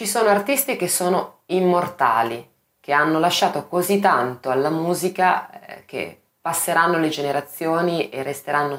Ci sono artisti che sono immortali, che hanno lasciato così tanto alla musica che passeranno le generazioni e resteranno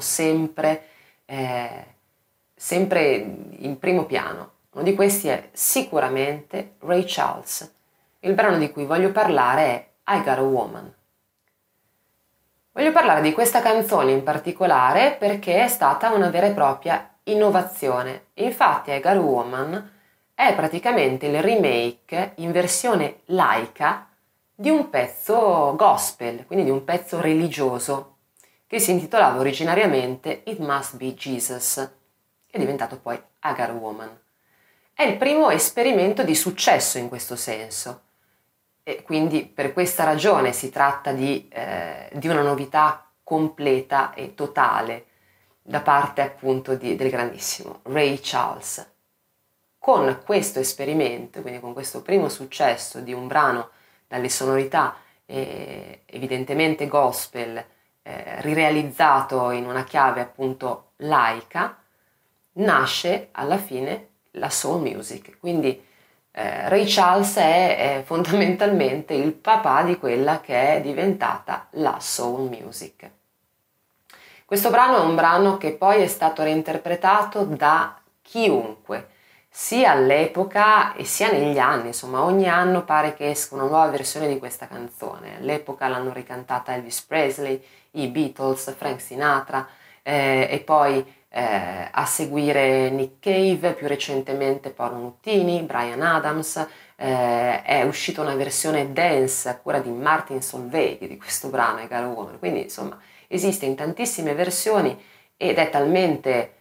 sempre in primo piano. Uno di questi è sicuramente Ray Charles. Il brano di cui voglio parlare è I Got a Woman. Voglio parlare di questa canzone in particolare perché è stata una vera e propria innovazione. Infatti I Got a Woman è praticamente il remake in versione laica di un pezzo gospel, quindi di un pezzo religioso, che si intitolava originariamente It Must Be Jesus, che è diventato poi I Got a Woman. È il primo esperimento di successo in questo senso. E quindi per questa ragione si tratta di una novità completa e totale da parte appunto del grandissimo Ray Charles. Con questo esperimento, quindi con questo primo successo di un brano dalle sonorità evidentemente gospel, rirealizzato in una chiave appunto laica, nasce alla fine la soul music. Quindi Ray Charles è fondamentalmente il papà di quella che è diventata la soul music. Questo brano è un brano che poi è stato reinterpretato da chiunque, sia all'epoca e sia negli anni, insomma ogni anno pare che esca una nuova versione di questa canzone. All'epoca l'hanno ricantata Elvis Presley, i Beatles, Frank Sinatra e poi a seguire Nick Cave, più recentemente Paolo Nutini, Bryan Adams, è uscita una versione dance a cura di Martin Solveig di questo brano I Got a Woman, quindi insomma esiste in tantissime versioni ed è talmente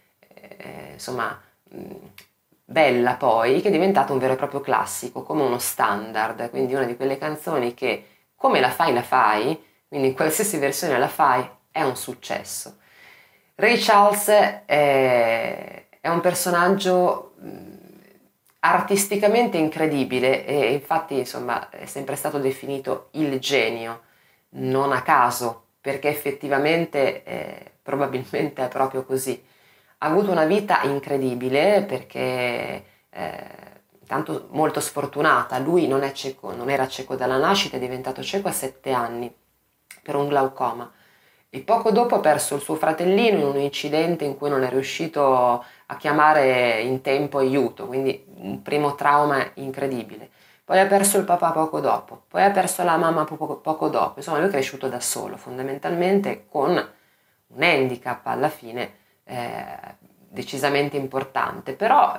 bella poi che è diventato un vero e proprio classico, come uno standard, quindi una di quelle canzoni che come la fai, quindi in qualsiasi versione la fai, è un successo. Ray Charles è un personaggio artisticamente incredibile e infatti insomma è sempre stato definito il genio, non a caso, perché effettivamente probabilmente è proprio così. Ha avuto una vita incredibile perché tanto molto sfortunata. Lui non era cieco dalla nascita, è diventato cieco a 7 anni per un glaucoma e poco dopo ha perso il suo fratellino in un incidente in cui non è riuscito a chiamare in tempo aiuto, quindi un primo trauma incredibile. Poi ha perso il papà poco dopo, poi ha perso la mamma poco dopo, insomma lui è cresciuto da solo, fondamentalmente con un handicap alla fine decisamente importante, però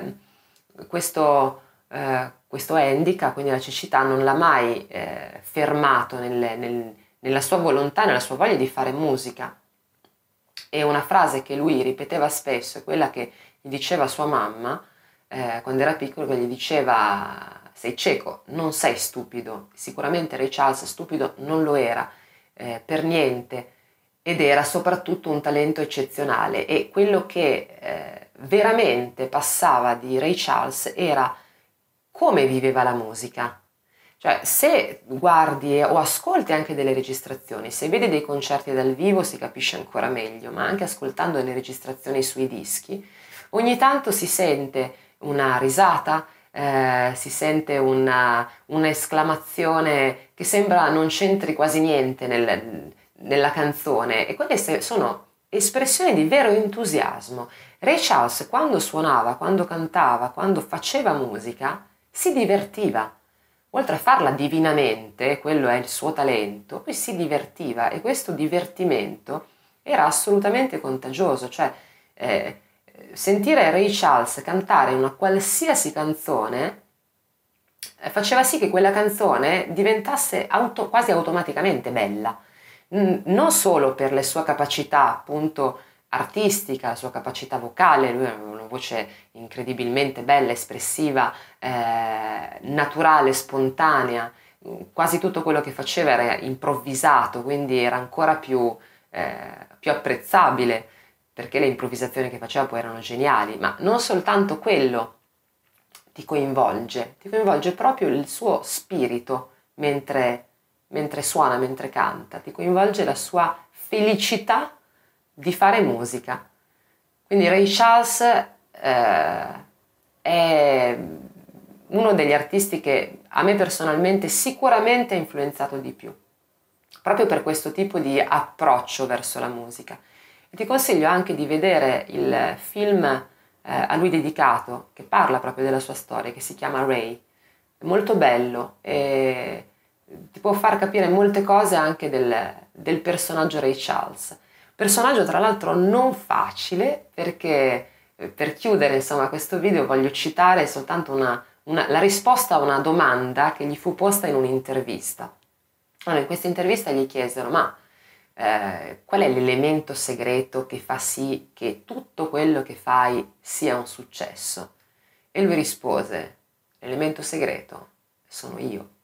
questo handicap, quindi la cecità, non l'ha mai fermato nella sua volontà, nella sua voglia di fare musica. E una frase che lui ripeteva spesso è quella che gli diceva sua mamma quando era piccolo, che gli diceva: sei cieco, non sei stupido. Sicuramente Ray Charles stupido non lo era per niente, ed era soprattutto un talento eccezionale, e quello che veramente passava di Ray Charles era come viveva la musica. Cioè, se guardi o ascolti anche delle registrazioni, se vedi dei concerti dal vivo si capisce ancora meglio, ma anche ascoltando le registrazioni sui dischi, ogni tanto si sente una risata, si sente un'esclamazione che sembra non c'entri quasi niente nella canzone, e quelle sono espressioni di vero entusiasmo. Ray Charles quando suonava, quando cantava, quando faceva musica, si divertiva. Oltre a farla divinamente, quello è il suo talento, poi si divertiva, e questo divertimento era assolutamente contagioso, cioè sentire Ray Charles cantare una qualsiasi canzone faceva sì che quella canzone diventasse quasi automaticamente bella, non solo per le sue capacità appunto artistica, la sua capacità vocale. Lui aveva una voce incredibilmente bella, espressiva, naturale, spontanea, quasi tutto quello che faceva era improvvisato, quindi era ancora più apprezzabile, perché le improvvisazioni che faceva poi erano geniali. Ma non soltanto quello ti coinvolge proprio il suo spirito mentre suona, mentre canta, ti coinvolge la sua felicità di fare musica. Quindi Ray Charles è uno degli artisti che a me personalmente sicuramente ha influenzato di più, proprio per questo tipo di approccio verso la musica. E ti consiglio anche di vedere il film a lui dedicato, che parla proprio della sua storia, che si chiama Ray. È molto bello e ti può far capire molte cose anche del personaggio Ray Charles. Personaggio tra l'altro non facile, perché per chiudere insomma questo video voglio citare soltanto la risposta a una domanda che gli fu posta in un'intervista. Allora, in questa intervista gli chiesero: ma qual è l'elemento segreto che fa sì che tutto quello che fai sia un successo? E lui rispose: l'elemento segreto sono io.